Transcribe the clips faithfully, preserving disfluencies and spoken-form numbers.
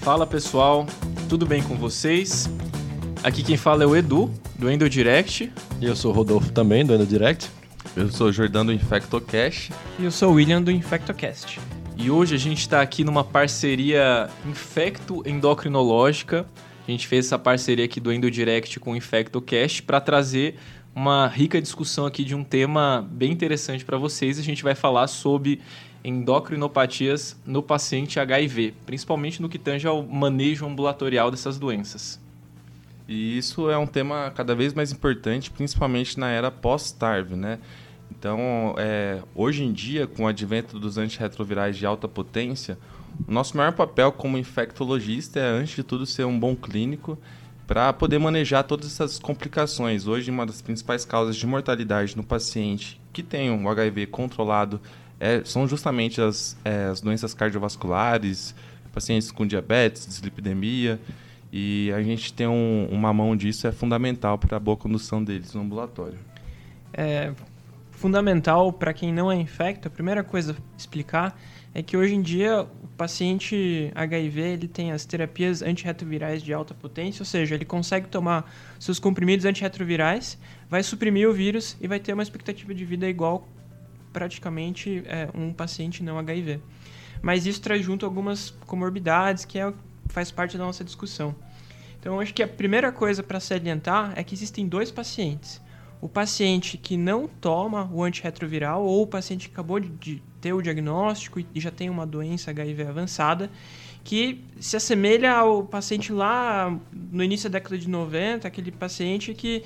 Fala pessoal, tudo bem com vocês? Aqui quem fala é o Edu, do EndoDirect. E eu sou o Rodolfo também, do EndoDirect. Eu sou o Jordão do InfectoCast. E eu sou o William do InfectoCast. E hoje a gente está aqui numa parceria infecto-endocrinológica. A gente fez essa parceria aqui do EndoDirect com o InfectoCast para trazer uma rica discussão aqui de um tema bem interessante para vocês. A gente vai falar sobre endocrinopatias no paciente H I V, principalmente no que tange ao manejo ambulatorial dessas doenças. E isso é um tema cada vez mais importante, principalmente na era pós-T A R V, né? Então, é, hoje em dia, com o advento dos antirretrovirais de alta potência, o nosso maior papel como infectologista é, antes de tudo, ser um bom clínico para poder manejar todas essas complicações. Hoje, uma das principais causas de mortalidade no paciente que tem um H I V controlado é, são justamente as, é, as doenças cardiovasculares, pacientes com diabetes, dislipidemia, e a gente ter um, uma mão disso é fundamental para a boa condução deles no ambulatório. É fundamental para quem não é infecto, a primeira coisa a explicar é que hoje em dia o paciente H I V ele tem as terapias antirretrovirais de alta potência, ou seja, ele consegue tomar seus comprimidos antirretrovirais, vai suprimir o vírus e vai ter uma expectativa de vida igual praticamente é, um paciente não H I V. Mas isso traz junto algumas comorbidades que é, faz parte da nossa discussão. Então, acho que a primeira coisa para salientar é que existem dois pacientes. O paciente que não toma o antirretroviral ou o paciente que acabou de ter o diagnóstico e já tem uma doença H I V avançada, que se assemelha ao paciente lá no início da década de noventa, aquele paciente que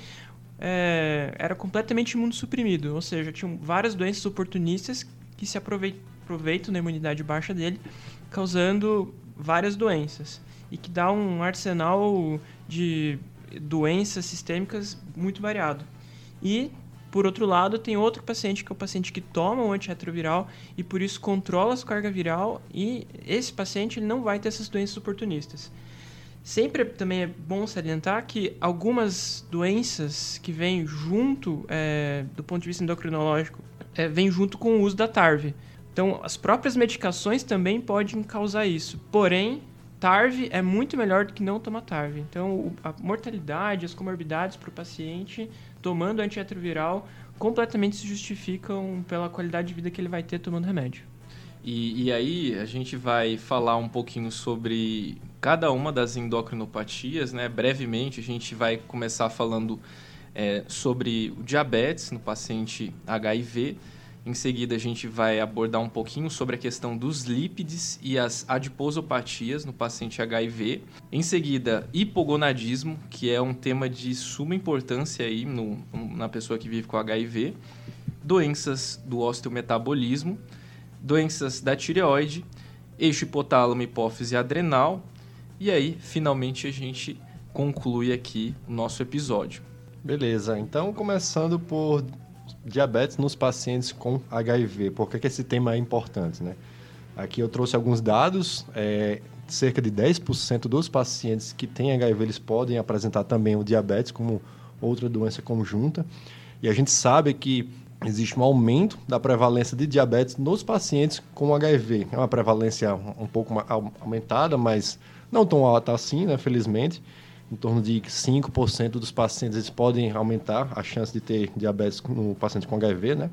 é, era completamente imunossuprimido, ou seja, tinham várias doenças oportunistas que se aproveitam da imunidade baixa dele, causando várias doenças e que dá um arsenal de doenças sistêmicas muito variado. E, por outro lado, tem outro paciente que é o paciente que toma o antirretroviral e, por isso, controla a sua carga viral e esse paciente ele não vai ter essas doenças oportunistas. Sempre também é bom salientar que algumas doenças que vêm junto, é, do ponto de vista endocrinológico, é, vêm junto com o uso da T A R V. Então, as próprias medicações também podem causar isso. Porém, T A R V é muito melhor do que não tomar T A R V. Então, a mortalidade, as comorbidades para o paciente tomando antirretroviral completamente se justificam pela qualidade de vida que ele vai ter tomando remédio. E, e aí, a gente vai falar um pouquinho sobre cada uma das endocrinopatias, né? Brevemente, a gente vai começar falando é, sobre o diabetes no paciente H I V. Em seguida, a gente vai abordar um pouquinho sobre a questão dos lípides e as adiposopatias no paciente H I V. Em seguida, hipogonadismo, que é um tema de suma importância aí no, na pessoa que vive com H I V. Doenças do osteometabolismo, doenças da tireoide, eixo hipotálamo, hipófise adrenal. E aí, finalmente, a gente conclui aqui o nosso episódio. Beleza, então começando por diabetes nos pacientes com H I V. Por que, que esse tema é importante, né? Aqui eu trouxe alguns dados. É, cerca de dez por cento dos pacientes que têm H I V eles podem apresentar também o diabetes como outra doença conjunta. E a gente sabe que existe um aumento da prevalência de diabetes nos pacientes com H I V. É uma prevalência um pouco aumentada, mas não tão alta assim, né, felizmente. Em torno de cinco por cento dos pacientes eles podem aumentar a chance de ter diabetes no paciente com H I V, né?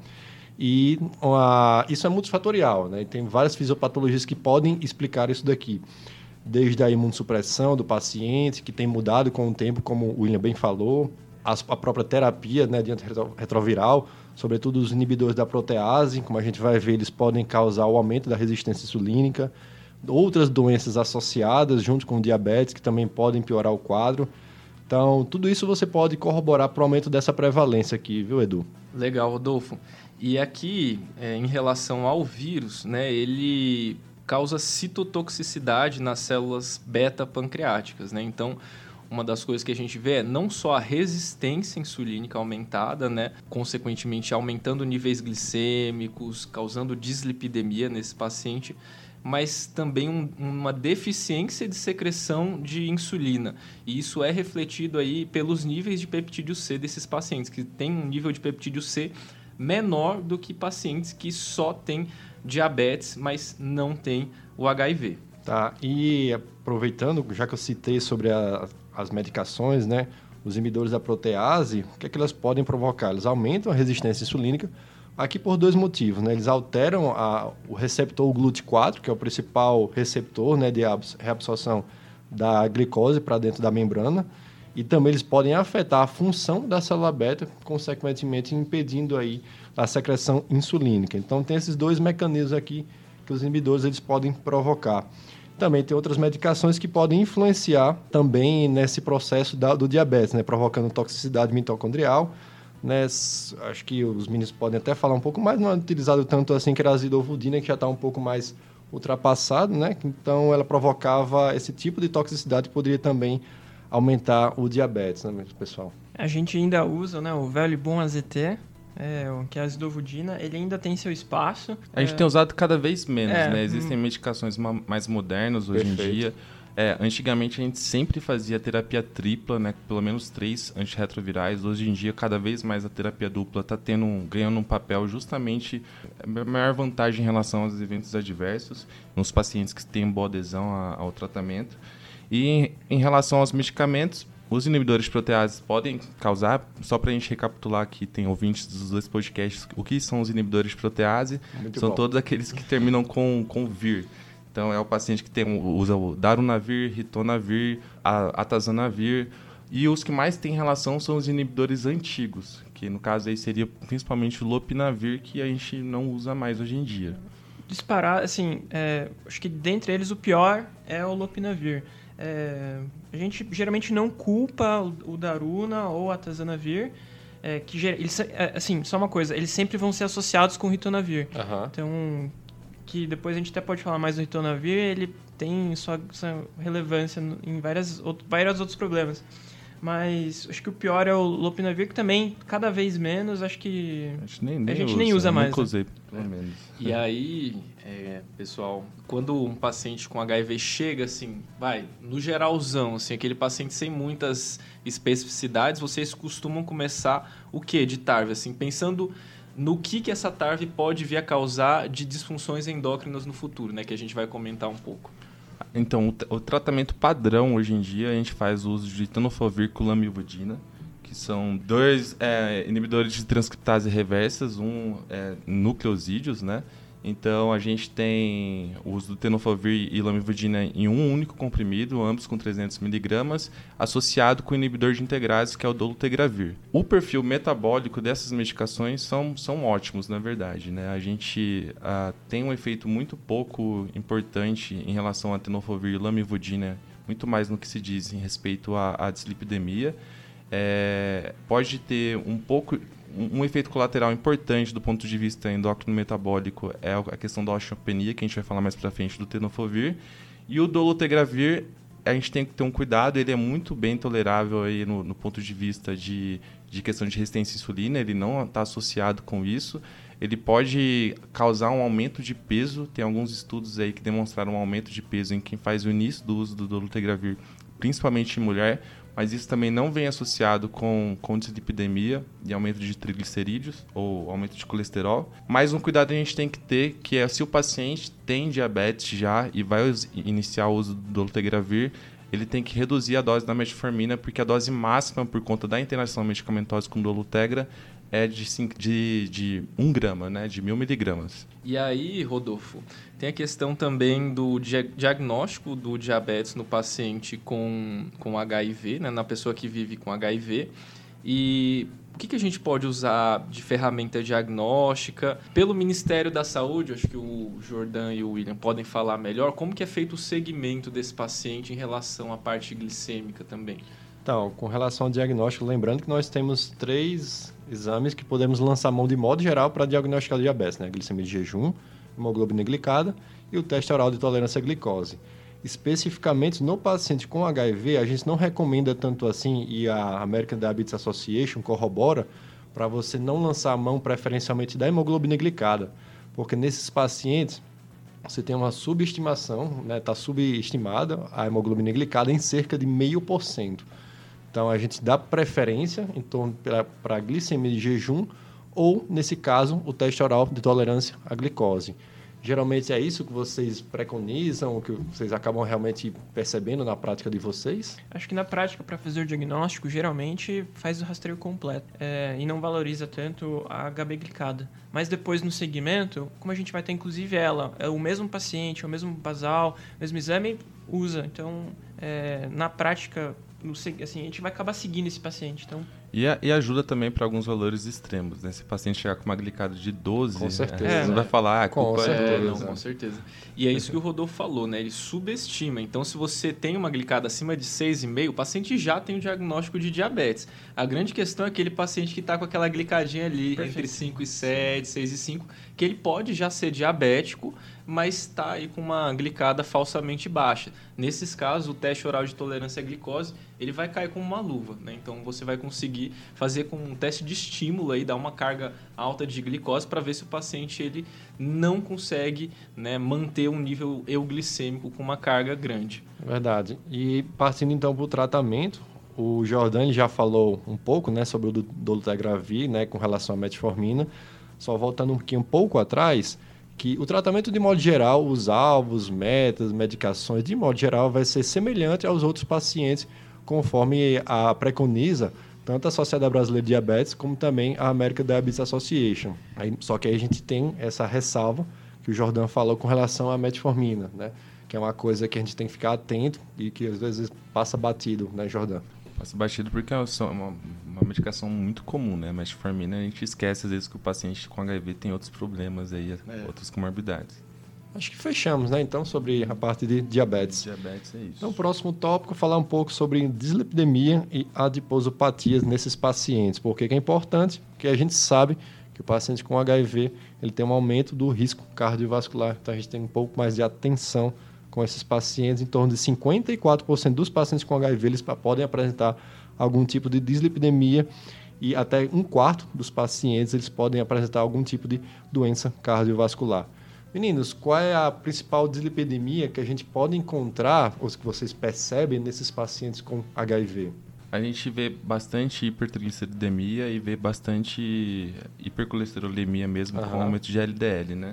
E uh, isso é multifatorial, né? E tem várias fisiopatologias que podem explicar isso daqui. Desde a imunossupressão do paciente, que tem mudado com o tempo, como o William bem falou, as, a própria terapia, né, de antirretroviral, sobretudo os inibidores da protease, como a gente vai ver, eles podem causar o aumento da resistência insulínica, outras doenças associadas junto com o diabetes que também podem piorar o quadro. Então, tudo isso você pode corroborar para o aumento dessa prevalência aqui, viu, Edu? Legal, Rodolfo. E aqui, é, em relação ao vírus, né, ele causa citotoxicidade nas células beta-pancreáticas, né? Então, uma das coisas que a gente vê é não só a resistência insulínica aumentada, né, consequentemente aumentando níveis glicêmicos, causando dislipidemia nesse paciente, mas também um, uma deficiência de secreção de insulina. E isso é refletido aí pelos níveis de peptídeo C desses pacientes, que têm um nível de peptídeo C menor do que pacientes que só têm diabetes, mas não têm o H I V. Tá, e aproveitando, já que eu citei sobre a, as medicações, né, os inibidores da protease, o que é que elas podem provocar? Eles aumentam a resistência insulínica, aqui por dois motivos, né? Eles alteram a, o receptor G L U T quatro, que é o principal receptor, né, de reabsorção da glicose para dentro da membrana, e também eles podem afetar a função da célula beta, consequentemente impedindo aí a secreção insulínica. Então, tem esses dois mecanismos aqui que os inibidores eles podem provocar. Também tem outras medicações que podem influenciar também nesse processo da, do diabetes, né, provocando toxicidade mitocondrial. Né, acho que os meninos podem até falar um pouco mais, não é utilizado tanto assim que era a zidovudina, que já está um pouco mais ultrapassado, né? Então, ela provocava esse tipo de toxicidade que poderia também aumentar o diabetes, né, pessoal? A gente ainda usa, né, o velho e bom A Z T, é, que é a zidovudina, ele ainda tem seu espaço. A gente é... tem usado cada vez menos, é, né? Existem hum... medicações ma- mais modernas hoje Perfeito. em dia. É, antigamente a gente sempre fazia terapia tripla, né? Pelo menos três antirretrovirais. Hoje em dia, cada vez mais a terapia dupla está tendo um, ganhando um papel justamente a maior vantagem em relação aos eventos adversos nos pacientes que têm boa adesão a, ao tratamento. E em, em relação aos medicamentos, os inibidores de proteases podem causar, só para a gente recapitular aqui, tem ouvintes dos dois podcasts, o que são os inibidores de protease? Muito são bom. Todos aqueles que terminam com, com vir. Então, é o paciente que tem, usa o darunavir, ritonavir, a atazanavir. E os que mais têm relação são os inibidores antigos, que no caso aí seria principalmente o lopinavir, que a gente não usa mais hoje em dia. Disparar, assim, é, acho que dentre eles o pior é o lopinavir. É, a gente geralmente não culpa o, o daruna ou o atazanavir, é, que eles, é, assim, só uma coisa, eles sempre vão ser associados com o ritonavir. Uhum. Então, que depois a gente até pode falar mais do ritonavir, ele tem sua, sua relevância em várias, outro, vários outros problemas. Mas acho que o pior é o lopinavir, que também, cada vez menos, acho que a gente nem, nem a gente usa, nem usa mais. Nunca usei, né? pelo menos. E aí, é, pessoal, quando um paciente com H I V chega, assim, vai, no geralzão, assim, aquele paciente sem muitas especificidades, vocês costumam começar o quê de T A R V? Assim, pensando no que, que essa T A R V pode vir a causar de disfunções endócrinas no futuro, né? Que a gente vai comentar um pouco. Então, o, t- o tratamento padrão hoje em dia, a gente faz uso de tenofovir com lamivudina, que são dois é, inibidores de transcriptase reversas, um é, nucleosídeos, né? Então, a gente tem o uso do tenofovir e lamivudina em um único comprimido, ambos com trezentos miligramas, associado com o inibidor de integrase, que é o dolutegravir. O perfil metabólico dessas medicações são, são ótimos, na verdade, né? A gente uh, tem um efeito muito pouco importante em relação a tenofovir e lamivudina, muito mais no que se diz em respeito à, à dislipidemia. É, pode ter um pouco... Um efeito colateral importante do ponto de vista endócrino-metabólico é a questão da osteopenia, que a gente vai falar mais para frente do tenofovir. E o dolutegravir, a gente tem que ter um cuidado, ele é muito bem tolerável aí no, no ponto de vista de, de questão de resistência à insulina, ele não está associado com isso. Ele pode causar um aumento de peso, tem alguns estudos aí que demonstraram um aumento de peso em quem faz o início do uso do dolutegravir, principalmente em mulher, mas isso também não vem associado com, com dislipidemia e aumento de triglicerídeos ou aumento de colesterol. Mas um cuidado a gente tem que ter, que é se o paciente tem diabetes já e vai iniciar o uso do dolutegravir, ele tem que reduzir a dose da metformina, porque a dose máxima, por conta da interação medicamentosa com dolutegra, é de, cinco, de, de um grama, né? De mil miligramas. E aí, Rodolfo, tem a questão também do dia- diagnóstico do diabetes no paciente com, com H I V, né? Na pessoa que vive com H I V. E o que, que a gente pode usar de ferramenta diagnóstica? Pelo Ministério da Saúde, acho que o Jordan e o William podem falar melhor, como que é feito o segmento desse paciente em relação à parte glicêmica também? Então, com relação ao diagnóstico, lembrando que nós temos três exames que podemos lançar mão de modo geral para diagnosticar o diabetes, né? Glicemia de jejum, hemoglobina glicada e o teste oral de tolerância à glicose. Especificamente no paciente com H I V, a gente não recomenda tanto assim, e a American Diabetes Association corrobora, para você não lançar a mão preferencialmente da hemoglobina glicada, porque nesses pacientes você tem uma subestimação, né? Está subestimada a hemoglobina glicada em cerca de zero vírgula cinco por cento. Então, a gente dá preferência em torno para a glicemia de jejum ou, nesse caso, o teste oral de tolerância à glicose. Geralmente é isso que vocês preconizam, que vocês acabam realmente percebendo na prática de vocês? Acho que na prática, para fazer o diagnóstico, geralmente faz o rastreio completo é, e não valoriza tanto a H B glicada. Mas depois no segmento, como a gente vai ter inclusive ela, é o mesmo paciente, é o mesmo basal, o mesmo exame, usa. Então, é, na prática, no, assim, a gente vai acabar seguindo esse paciente. Então, E, a, e ajuda também para alguns valores extremos, né? Se o paciente chegar com uma glicada de doze, com certeza. É, você vai falar, ah, a culpa com É, certeza. não, com certeza. E é isso que o Rodolfo falou, né? Ele subestima. Então, se você tem uma glicada acima de seis vírgula cinco, o paciente já tem o diagnóstico de diabetes. A grande questão é aquele paciente que está com aquela glicadinha ali Perfeito. entre cinco e sete, seis e cinco, que ele pode já ser diabético, mas está aí com uma glicada falsamente baixa. Nesses casos, o teste oral de tolerância à glicose, ele vai cair como uma luva, né? Então, você vai conseguir fazer com um teste de estímulo aí, dar uma carga alta de glicose para ver se o paciente ele não consegue, né, manter um nível euglicêmico com uma carga grande. Verdade. E partindo então para o tratamento, o Jordani já falou um pouco, né, sobre o dolutegravir, né, com relação à metformina. Só voltando um pouquinho um pouco atrás, que o tratamento de modo geral, os alvos, metas, medicações, de modo geral, vai ser semelhante aos outros pacientes, conforme a preconiza tanto a Sociedade Brasileira de Diabetes como também a American Diabetes Association. Aí, só que aí a gente tem essa ressalva que o Jordan falou com relação à metformina, né? Que é uma coisa que a gente tem que ficar atento e que às vezes passa batido, né, Jordan? Passa batido porque é uma, uma medicação muito comum, né? Metformina, a gente esquece às vezes que o paciente com H I V tem outros problemas aí, é. outras comorbidades. Acho que fechamos, né, então, sobre a parte de diabetes. Diabetes é isso. Então, próximo tópico, falar um pouco sobre dislipidemia e adiposopatias nesses pacientes. Por que que é importante? Porque a gente sabe que o paciente com H I V ele tem um aumento do risco cardiovascular. Então, a gente tem um pouco mais de atenção com esses pacientes. Em torno de cinquenta e quatro por cento dos pacientes com H I V eles podem apresentar algum tipo de dislipidemia e até um quarto dos pacientes eles podem apresentar algum tipo de doença cardiovascular. Meninos, qual é a principal dislipidemia que a gente pode encontrar, ou que vocês percebem nesses pacientes com H I V? A gente vê bastante hipertrigliceridemia e vê bastante hipercolesterolemia mesmo, uhum. com aumento de L D L, né?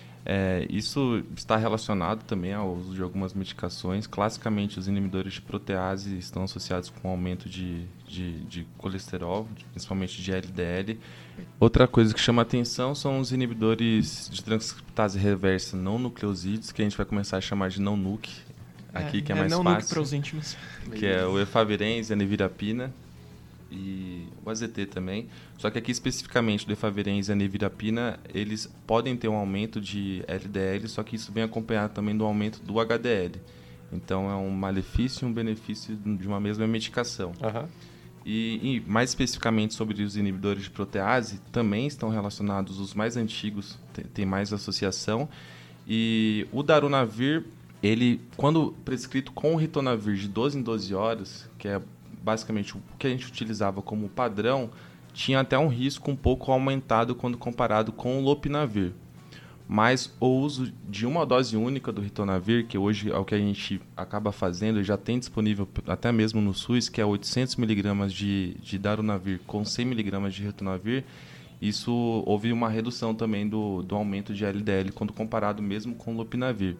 É, isso está relacionado também ao uso de algumas medicações. Classicamente, os inibidores de protease estão associados com aumento de, de, de colesterol, principalmente de L D L. Outra coisa que chama atenção são os inibidores de transcriptase reversa não nucleosídeos, que a gente vai começar a chamar de não-nuc, aqui é, que é, é mais não fácil. Para os íntimos. Que é o efavirenz, a nevirapina e o A Z T também. Só que aqui especificamente do efavirenz e a nevirapina, eles podem ter um aumento de L D L, só que isso vem acompanhado também do aumento do H D L. Então é um malefício e um benefício de uma mesma medicação. Uhum. E, e mais especificamente sobre os inibidores de protease, também estão relacionados, os mais antigos tem, tem mais associação. E o darunavir, ele, quando prescrito com o ritonavir de doze em doze horas, que é basicamente o que a gente utilizava como padrão, tinha até um risco um pouco aumentado quando comparado com o lopinavir. Mas o uso de uma dose única do ritonavir, que hoje é o que a gente acaba fazendo e já tem disponível até mesmo no SUS, que é oitocentos miligramas de, de darunavir com cem miligramas de ritonavir, isso houve uma redução também do, do aumento de L D L quando comparado mesmo com o lopinavir.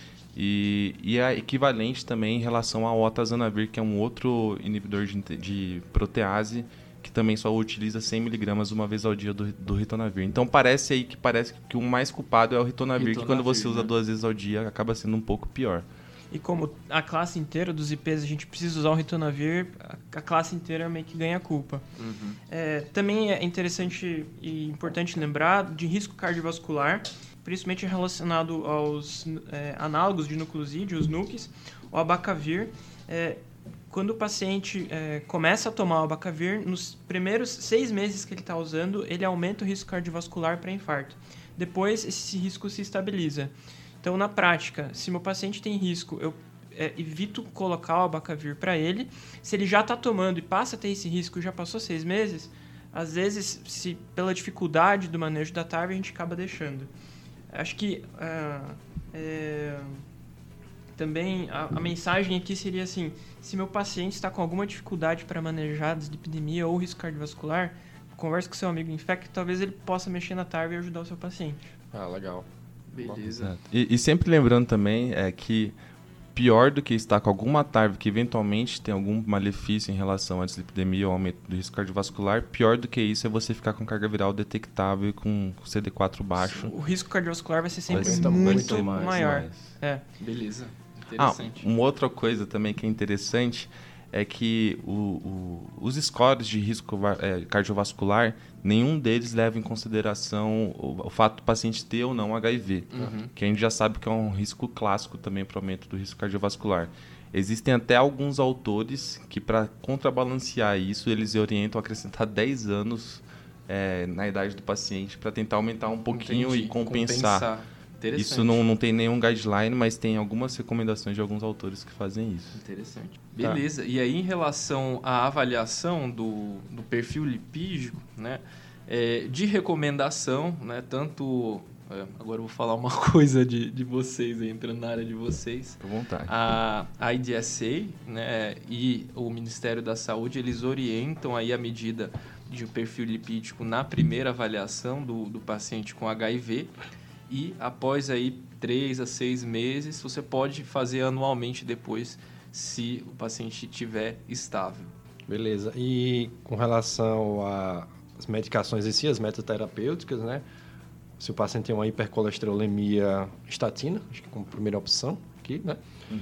E, e é equivalente também em relação ao atazanavir, que é um outro inibidor de, de protease, que também só utiliza cem miligramas uma vez ao dia do, do ritonavir. Então parece aí que parece que o mais culpado é o ritonavir, ritonavir que quando você usa né? duas vezes ao dia acaba sendo um pouco pior. E como a classe inteira dos I Ps a gente precisa usar o ritonavir, a classe inteira meio que ganha culpa. Uhum. É, também é interessante e importante lembrar de risco cardiovascular, principalmente relacionado aos é, análogos de nucleosídeo, os nucs, o abacavir. É, quando o paciente é, começa a tomar o abacavir, nos primeiros seis meses que ele está usando, ele aumenta o risco cardiovascular para infarto. Depois, esse risco se estabiliza. Então, na prática, se meu paciente tem risco, eu é, evito colocar o abacavir para ele. Se ele já está tomando e passa a ter esse risco e já passou seis meses, às vezes, se pela dificuldade do manejo da T A R V, a gente acaba deixando. Acho que uh, é, também a, a mensagem aqui seria assim, se meu paciente está com alguma dificuldade para manejar a dislipidemia ou risco cardiovascular, converse com seu amigo infecto, talvez ele possa mexer na T A R V e ajudar o seu paciente. Ah, legal. Beleza. E, e sempre lembrando também é que pior do que estar com alguma T A R V que eventualmente tem algum malefício em relação à dislipidemia ou aumento do risco cardiovascular, pior do que isso é você ficar com carga viral detectável e com C D quatro baixo. O risco cardiovascular vai ser sempre Vai ser muito, muito mais, maior. mais. É. Beleza. Ah, Interessante. uma outra coisa também que é interessante é que o, o, os scores de risco é, cardiovascular, nenhum deles leva em consideração o, o fato do paciente ter ou não H I V, Uhum. que a gente já sabe que é um risco clássico também para o aumento do risco cardiovascular. Existem até alguns autores que, para contrabalancear isso, eles orientam a acrescentar dez anos é, na idade do paciente para tentar aumentar um pouquinho Entendi. e compensar. compensar. Interessante. Isso não, não tem nenhum guideline, mas tem algumas recomendações de alguns autores que fazem isso. Interessante. Beleza. Tá. E aí, em relação à avaliação do, do perfil lipídico, né, é, de recomendação, né, tanto... É, agora eu vou falar uma coisa de, de vocês, entrando na área de vocês. À vontade. A, a I D S A, né, e o Ministério da Saúde, eles orientam aí a medida de um perfil lipídico na primeira avaliação do, do paciente com H I V. E após aí três a seis meses, você pode fazer anualmente depois, se o paciente estiver estável. Beleza. E com relação às medicações em si, as metoterapêuticas, né? Se o paciente tem uma hipercolesterolemia, estatina, acho que como primeira opção aqui, né? Uhum.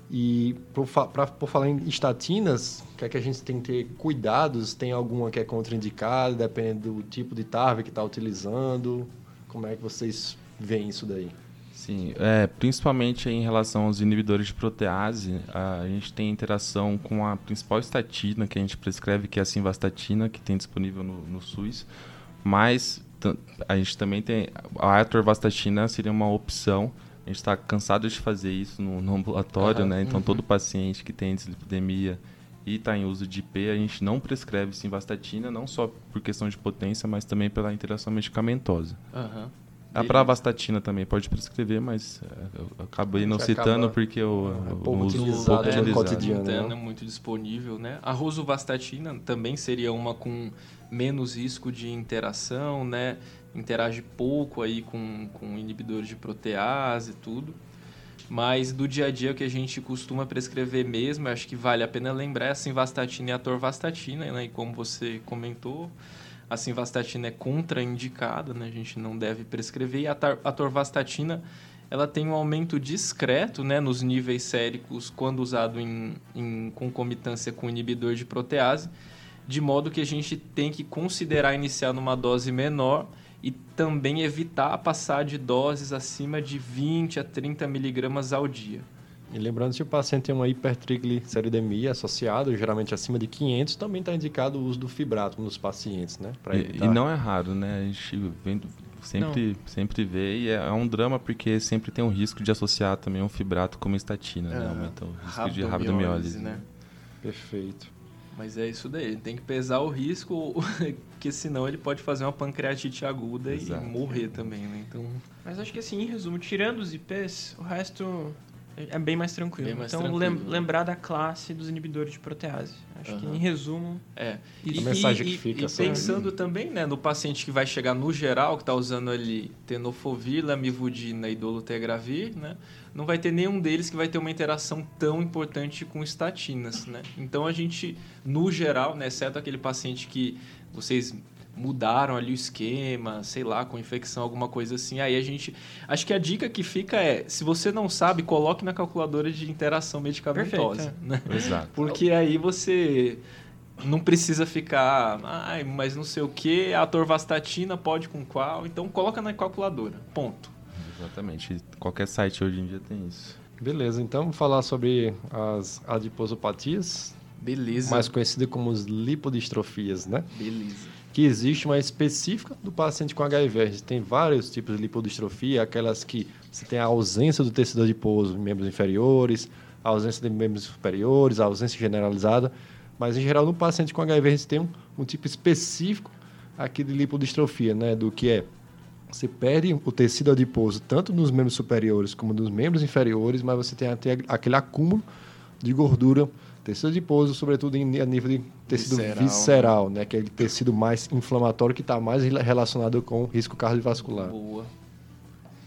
E por, pra, por falar em estatinas, o que é que a gente tem que ter cuidados? Tem alguma que é contraindicada, dependendo do tipo de T A R V que está utilizando? Como é que vocês veem isso daí? Sim, é, principalmente em relação aos inibidores de protease, a gente tem interação com a principal estatina que a gente prescreve, que é a simvastatina, que tem disponível no, no SUS, mas a gente também tem a atorvastatina, seria uma opção. A gente está cansado de fazer isso no, no ambulatório, uhum, né? Então, uhum. todo paciente que tem dislipidemia e está em uso de I P, a gente não prescreve simvastatina, não só por questão de potência, mas também pela interação medicamentosa. Uhum. A pravastatina também pode prescrever, mas eu acabei não citando porque eu, é eu pouco uso utilizado, pouco é, utilizado. no cotidiano, não é né? muito disponível, né? A rosuvastatina também seria uma com menos risco de interação, né? Interage pouco aí com, com inibidores de protease e tudo. Mas do dia a dia o que a gente costuma prescrever mesmo, acho que vale a pena lembrar, é a simvastatina e a atorvastatina, né? E como você comentou, a simvastatina é contraindicada, né? A gente não deve prescrever. E a atorvastatina, ela tem um aumento discreto, né, nos níveis séricos quando usado em, em concomitância com inibidor de protease, de modo que a gente tem que considerar iniciar numa dose menor e também evitar passar de doses acima de vinte a trinta miligramas ao dia. E lembrando, se o paciente tem uma hipertrigliceridemia associada, geralmente acima de quinhentos, também está indicado o uso do fibrato nos pacientes, né? Pra e, e não é raro, né? A gente vendo, sempre, sempre vê, e é um drama porque sempre tem um risco de associar também um fibrato com uma estatina, é, né? Aumenta o risco de rabdomiólise. Né? Perfeito. Mas é isso daí, ele tem que pesar o risco, porque senão ele pode fazer uma pancreatite aguda. Exato. E morrer também, né? Então... Mas acho que assim, em resumo, tirando os I Ps, o resto... é bem mais tranquilo. Bem mais então, tranquilo, lem- né? lembrar da classe dos inibidores de protease. Acho Uhum. que, em resumo... É. E, a mensagem e, que fica... E, e pensando também, né, no paciente que vai chegar no geral, que está usando ali tenofovir, lamivudina e dolutegravir, né? Não vai ter nenhum deles que vai ter uma interação tão importante com estatinas, né? Então, a gente, no geral, né, exceto aquele paciente que vocês... mudaram ali o esquema, sei lá, com infecção, alguma coisa assim. Aí a gente... Acho que a dica que fica é, se você não sabe, coloque na calculadora de interação medicamentosa. Perfeito, né? Exato. Porque aí você não precisa ficar... Ai, mas não sei o que, a atorvastatina pode com qual? Então, coloca na calculadora. Ponto. Exatamente. Qualquer site hoje em dia tem isso. Beleza, então vamos falar sobre as adiposopatias. Beleza. Mais conhecidas como as lipodistrofias, né? Beleza. Que existe uma específica do paciente com H I V. A gente tem vários tipos de lipodistrofia, aquelas que você tem a ausência do tecido adiposo em membros inferiores, a ausência de membros superiores, a ausência generalizada. Mas, em geral, no paciente com H I V, a gente tem um, um tipo específico aqui de lipodistrofia, né? Do que é, você perde o tecido adiposo tanto nos membros superiores como nos membros inferiores, mas você tem até aquele acúmulo de gordura, tecido adiposo, sobretudo em, a nível de tecido visceral, visceral né? Que é o tecido mais inflamatório que está mais relacionado com risco cardiovascular. Boa.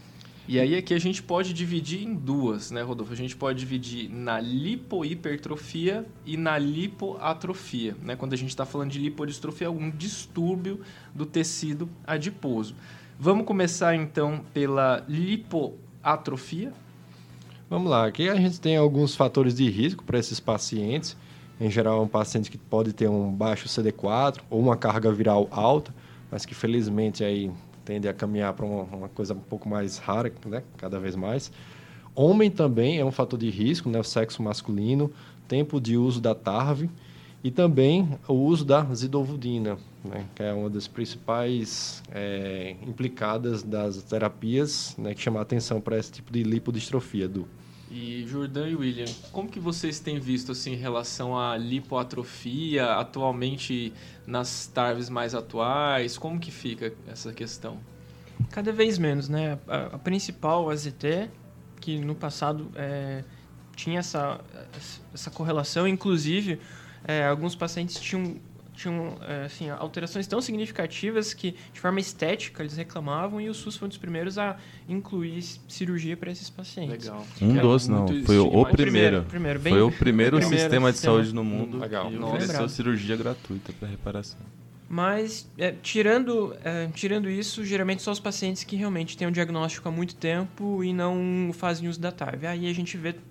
E aí aqui a gente pode dividir em duas, né, Rodolfo? A gente pode dividir na lipohipertrofia e na lipoatrofia, né? Quando a gente está falando de lipodistrofia, é algum distúrbio do tecido adiposo. Vamos começar então pela lipoatrofia? Vamos lá, aqui a gente tem alguns fatores de risco para esses pacientes. Em geral, é um paciente que pode ter um baixo C D quatro ou uma carga viral alta, mas que felizmente aí tende a caminhar para uma, uma coisa um pouco mais rara, né? Cada vez mais. Homem também é um fator de risco, né? O sexo masculino, tempo de uso da T A R V e também o uso da zidovudina, né? Que é uma das principais é, implicadas das terapias, né? Que chama a atenção para esse tipo de lipodistrofia, Du. E Jordan e William, como que vocês têm visto assim, em relação à lipoatrofia, atualmente nas T A R Vs mais atuais? Como que fica essa questão? Cada vez menos, né? A, a principal, a Z T, que no passado é, tinha essa, essa correlação, inclusive é, alguns pacientes tinham... tinham é, assim, alterações tão significativas que, de forma estética, eles reclamavam e o SUS foi um dos primeiros a incluir cirurgia para esses pacientes. Legal. Um dos, não. Foi o, o primeiro. primeiro bem, foi o primeiro, primeiro sistema de sistema. saúde no mundo Legal. que Nossa. ofereceu cirurgia gratuita para reparação. Mas, é, tirando, é, tirando isso, geralmente são os pacientes que realmente têm um diagnóstico há muito tempo e não fazem uso da T A R V. Aí a gente vê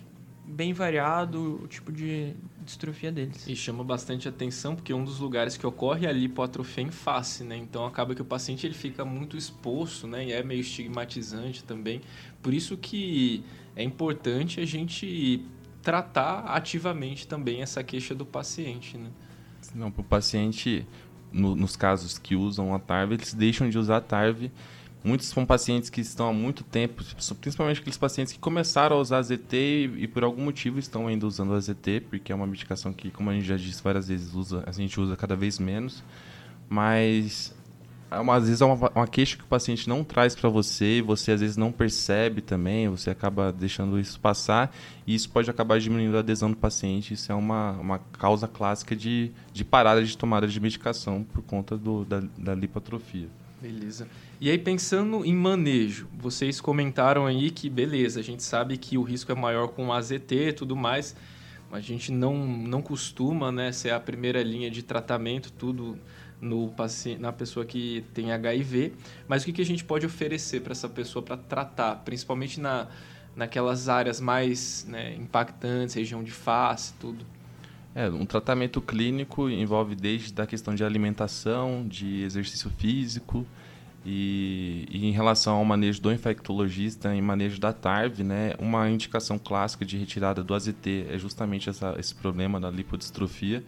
bem variado o tipo de distrofia deles. E chama bastante atenção porque um dos lugares que ocorre é a lipoatrofia em face, né? Então acaba que o paciente ele fica muito exposto, né? E é meio estigmatizante também. Por isso que é importante a gente tratar ativamente também essa queixa do paciente, né? Não, para o paciente, no, nos casos que usam a T A R V, eles deixam de usar a T A R V. Muitos são pacientes que estão há muito tempo, principalmente aqueles pacientes que começaram a usar a Z T e, e por algum motivo estão ainda usando a Z T, porque é uma medicação que, como a gente já disse várias vezes, usa, a gente usa cada vez menos. Mas, às vezes, é uma, uma queixa que o paciente não traz para você e você, às vezes, não percebe também, você acaba deixando isso passar e isso pode acabar diminuindo a adesão do paciente. Isso é uma, uma causa clássica de, de parada de tomada de medicação por conta do, da, da lipoatrofia. Beleza. E aí, pensando em manejo, vocês comentaram aí que, beleza, a gente sabe que o risco é maior com A Z T e tudo mais, mas a gente não, não costuma, né, ser a primeira linha de tratamento, tudo no paciente, na pessoa que tem H I V. Mas o que, que a gente pode oferecer para essa pessoa para tratar, principalmente na, naquelas áreas mais, né, impactantes, região de face, tudo? É, um tratamento clínico envolve desde a questão de alimentação, de exercício físico e, e em relação ao manejo do infectologista, em manejo da T A R V, né, uma indicação clássica de retirada do A Z T é justamente essa, esse problema da lipodistrofia,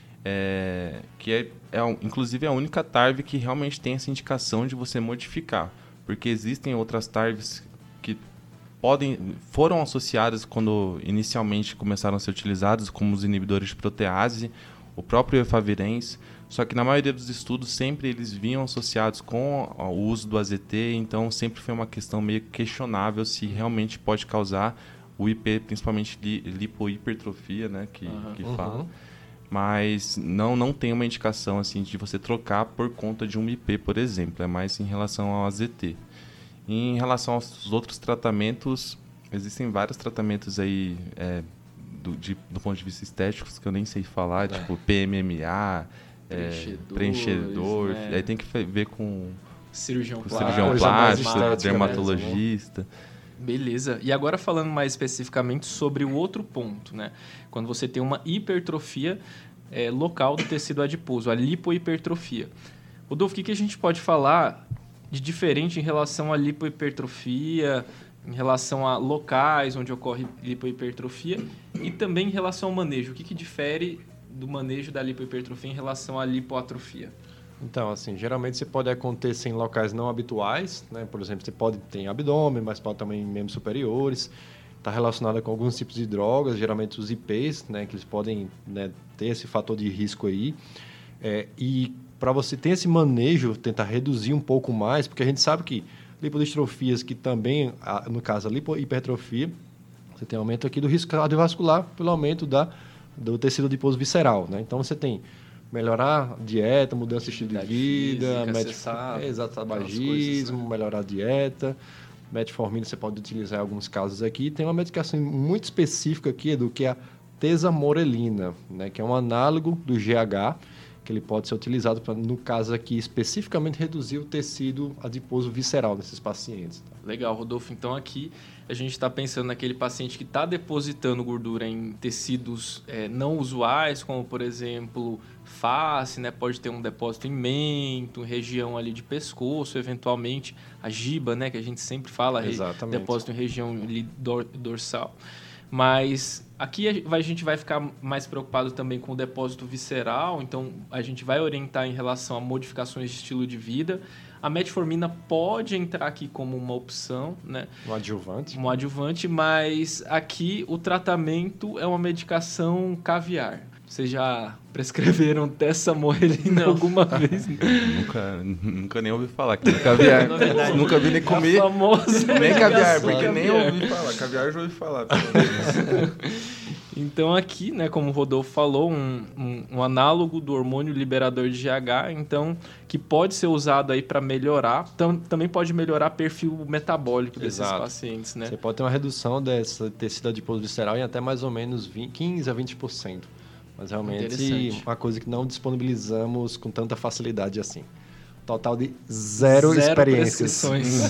é, que é, é, inclusive a única T A R V que realmente tem essa indicação de você modificar, porque existem outras T A R Vs que podem, foram associadas quando inicialmente começaram a ser utilizadas, como os inibidores de protease, o próprio efavirenz, só que na maioria dos estudos sempre eles vinham associados com o uso do A Z T, então sempre foi uma questão meio questionável se realmente pode causar o I P, principalmente li, lipohipertrofia, né, que, uhum. que fala. Mas não, não tem uma indicação assim, de você trocar por conta de um I P, por exemplo, é mais em relação ao A Z T. Em relação aos outros tratamentos, existem vários tratamentos aí é, do, de, do ponto de vista estético que eu nem sei falar, é. tipo P M M A, é, preenchedor, né? Aí tem que ver com cirurgião com plástico, cirurgião plástico estética, dermatologista. Beleza. E agora falando mais especificamente sobre o outro ponto, né? Quando você tem uma hipertrofia é, local do tecido adiposo, a lipohipertrofia. Rodolfo, o que, que a gente pode falar de diferente em relação à lipohipertrofia, em relação a locais onde ocorre lipohipertrofia e também em relação ao manejo? O que, que difere do manejo da lipohipertrofia em relação à lipoatrofia? Então, assim, geralmente você pode acontecer em locais não habituais, né? Por exemplo, você pode ter em abdômen, mas pode também em membros superiores. Está relacionada com alguns tipos de drogas, geralmente os I Ps, né? Que eles podem, né, ter esse fator de risco aí. É, e para você ter esse manejo, tentar reduzir um pouco mais, porque a gente sabe que lipodistrofias que também, no caso a lipohipertrofia, você tem aumento aqui do risco cardiovascular pelo aumento da, do tecido adiposo visceral, né? Então você tem melhorar a dieta, mudança de estilo de vida, física, médico, acessar, é, exato, tabagismo, melhorar a dieta, Metformina você pode utilizar em alguns casos aqui. Tem uma medicação muito específica aqui, Edu, que é a tesamorelina, né? Que é um análogo do G H, que ele pode ser utilizado para, no caso aqui, especificamente reduzir o tecido adiposo visceral desses pacientes. Legal, Rodolfo. Então, aqui a gente está pensando naquele paciente que está depositando gordura em tecidos é, não usuais, como, por exemplo, face, né? Pode ter um depósito em mento, região ali de pescoço, eventualmente a giba, né? Que a gente sempre fala, Exatamente. Depósito em região ali dor, dorsal. Mas aqui a gente vai ficar mais preocupado também com o depósito visceral, então a gente vai orientar em relação a modificações de estilo de vida. A metformina pode entrar aqui como uma opção, né? Um adjuvante. Um adjuvante, mas aqui o tratamento é uma medicação caviar. Vocês já prescreveram tesamorelina alguma vez? nunca, nunca nem ouvi falar que era caviar. Nunca vi nem comer. A famosa nem caviar, porque caviar. nem ouvi falar. Caviar eu já ouvi falar. Pelo menos. Então aqui, né, como o Rodolfo falou, um, um, um análogo do hormônio liberador de G H, então, que pode ser usado aí para melhorar, tam, também pode melhorar o perfil metabólico desses Exato. pacientes, né? Você pode ter uma redução desse tecido adiposo visceral em até mais ou menos vinte, quinze a vinte por cento. Mas realmente uma coisa que não disponibilizamos com tanta facilidade assim. Total de zero, zero experiências.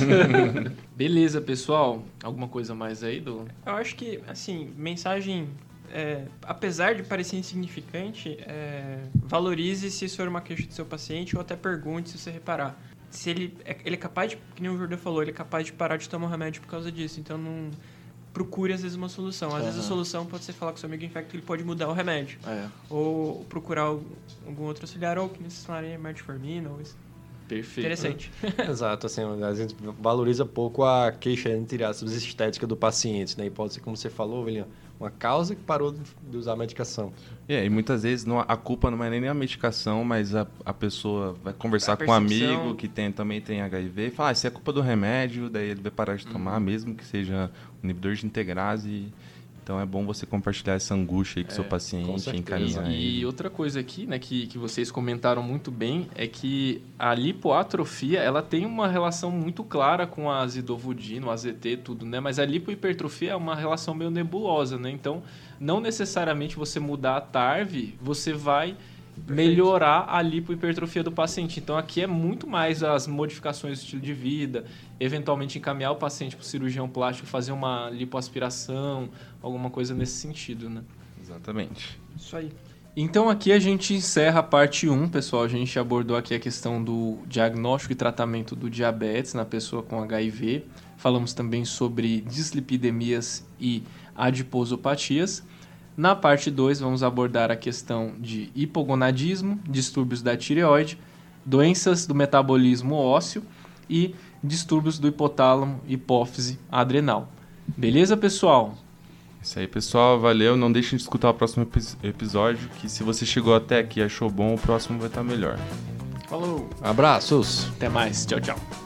Beleza, pessoal. Alguma coisa mais aí do... Eu acho que, assim, mensagem... É, apesar de parecer insignificante, é, valorize se isso for uma queixa do seu paciente ou até pergunte se você reparar. Se ele é, ele é capaz de, que nem o Jordão falou, ele é capaz de parar de tomar um remédio por causa disso. Então, não procure, às vezes, uma solução. Às uhum. vezes, a solução pode ser falar com seu amigo infecto, ele pode mudar o remédio. É. Ou procurar algum outro auxiliar, ou que necessariamente falaram, metformina, ou isso. Perfeito. Interessante. Exato, assim, a gente valoriza pouco a queixa, entre aspas, estética do paciente, né? E pode ser, como você falou, William, uma causa que parou de usar a medicação. É, e muitas vezes não, a culpa não é nem a medicação, mas a, a pessoa vai conversar com um amigo que tem, também tem H I V e fala, ah, isso é culpa do remédio, daí ele vai parar de tomar, uhum. mesmo que seja um inibidor de integrase. Então é bom você compartilhar essa angústia aí com o é, seu paciente, encaminhar E outra coisa aqui, né, que, que vocês comentaram muito bem, é que a lipoatrofia, ela tem uma relação muito clara com a azidovudina, o A Z T, tudo, né? Mas a lipohipertrofia é uma relação meio nebulosa, né? Então, não necessariamente você mudar a T A R V, você vai Perfeito. melhorar a lipohipertrofia do paciente. Então, aqui é muito mais as modificações do estilo de vida, eventualmente encaminhar o paciente para o cirurgião plástico, fazer uma lipoaspiração, alguma coisa nesse sentido, né? Exatamente. Isso aí. Então, aqui a gente encerra a parte um, pessoal. A gente abordou aqui a questão do diagnóstico e tratamento do diabetes na pessoa com H I V. Falamos também sobre dislipidemias e adiposopatias. Na parte dois, vamos abordar a questão de hipogonadismo, distúrbios da tireoide, doenças do metabolismo ósseo e distúrbios do hipotálamo, hipófise adrenal. Beleza, pessoal? Isso aí, pessoal. Valeu. Não deixem de escutar o próximo episódio, que se você chegou até aqui e achou bom, o próximo vai estar melhor. Falou. Abraços. Até mais. Tchau, tchau.